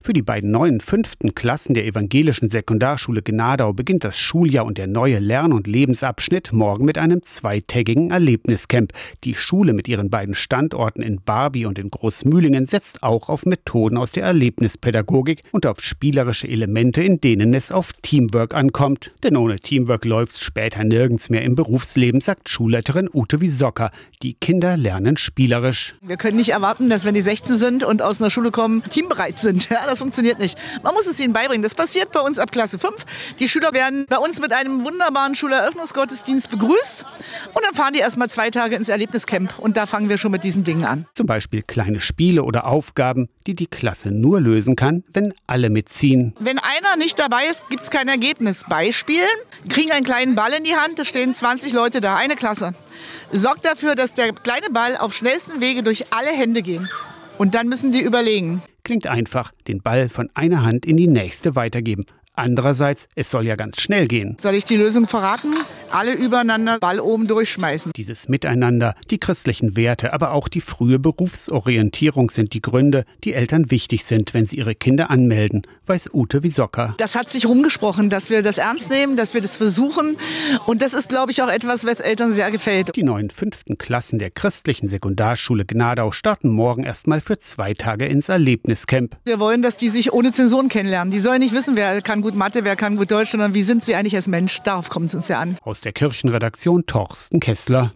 Für die beiden neuen 5. Klassen der evangelischen Sekundarschule Gnadau beginnt das Schuljahr und der neue Lern- und Lebensabschnitt morgen mit einem zweitägigen Erlebniscamp. Die Schule mit ihren beiden Standorten in Barby und in Großmühlingen setzt auch auf Methoden aus der Erlebnispädagogik und auf spielerische Elemente, in denen es auf Teamwork ankommt. Denn ohne Teamwork läuft's später nirgends mehr im Berufsleben, sagt Schulleiterin Ute Wiesocker. Die Kinder lernen spielerisch. Wir können nicht erwarten, dass wenn die 16 sind und aus einer Schule kommen, teambereit sind. Ja, das funktioniert nicht. Man muss es ihnen beibringen. Das passiert bei uns ab Klasse 5. Die Schüler werden bei uns mit einem wunderbaren Schuleröffnungsgottesdienst begrüßt. Und dann fahren die erst mal 2 Tage ins Erlebniscamp. Und da fangen wir schon mit diesen Dingen an. Zum Beispiel kleine Spiele oder Aufgaben, die die Klasse nur lösen kann, wenn alle mitziehen. Wenn einer nicht dabei ist, gibt es kein Ergebnis. Beispiel: kriegen einen kleinen Ball in die Hand, da stehen 20 Leute da, eine Klasse. Sorgt dafür, dass der kleine Ball auf schnellstem Wege durch alle Hände geht. Und dann müssen die überlegen. Klingt einfach, den Ball von einer Hand in die nächste weitergeben. Andererseits, es soll ja ganz schnell gehen. Soll ich die Lösung verraten? Alle übereinander Ball oben durchschmeißen. Dieses Miteinander, die christlichen Werte, aber auch die frühe Berufsorientierung sind die Gründe, die Eltern wichtig sind, wenn sie ihre Kinder anmelden, weiß Ute Wiesocker. Das hat sich rumgesprochen, dass wir das ernst nehmen, dass wir das versuchen. Und das ist, glaube ich, auch etwas, was Eltern sehr gefällt. Die neuen 5. Klassen der christlichen Sekundarschule Gnadau starten morgen erstmal für 2 Tage ins Erlebniscamp. Wir wollen, dass die sich ohne Zensuren kennenlernen. Die sollen nicht wissen, wer kann gut Mathe, wer kann gut Deutsch, sondern wie sind sie eigentlich als Mensch. Darauf kommt es uns ja an. Aus der Kirchenredaktion Torsten Kessler.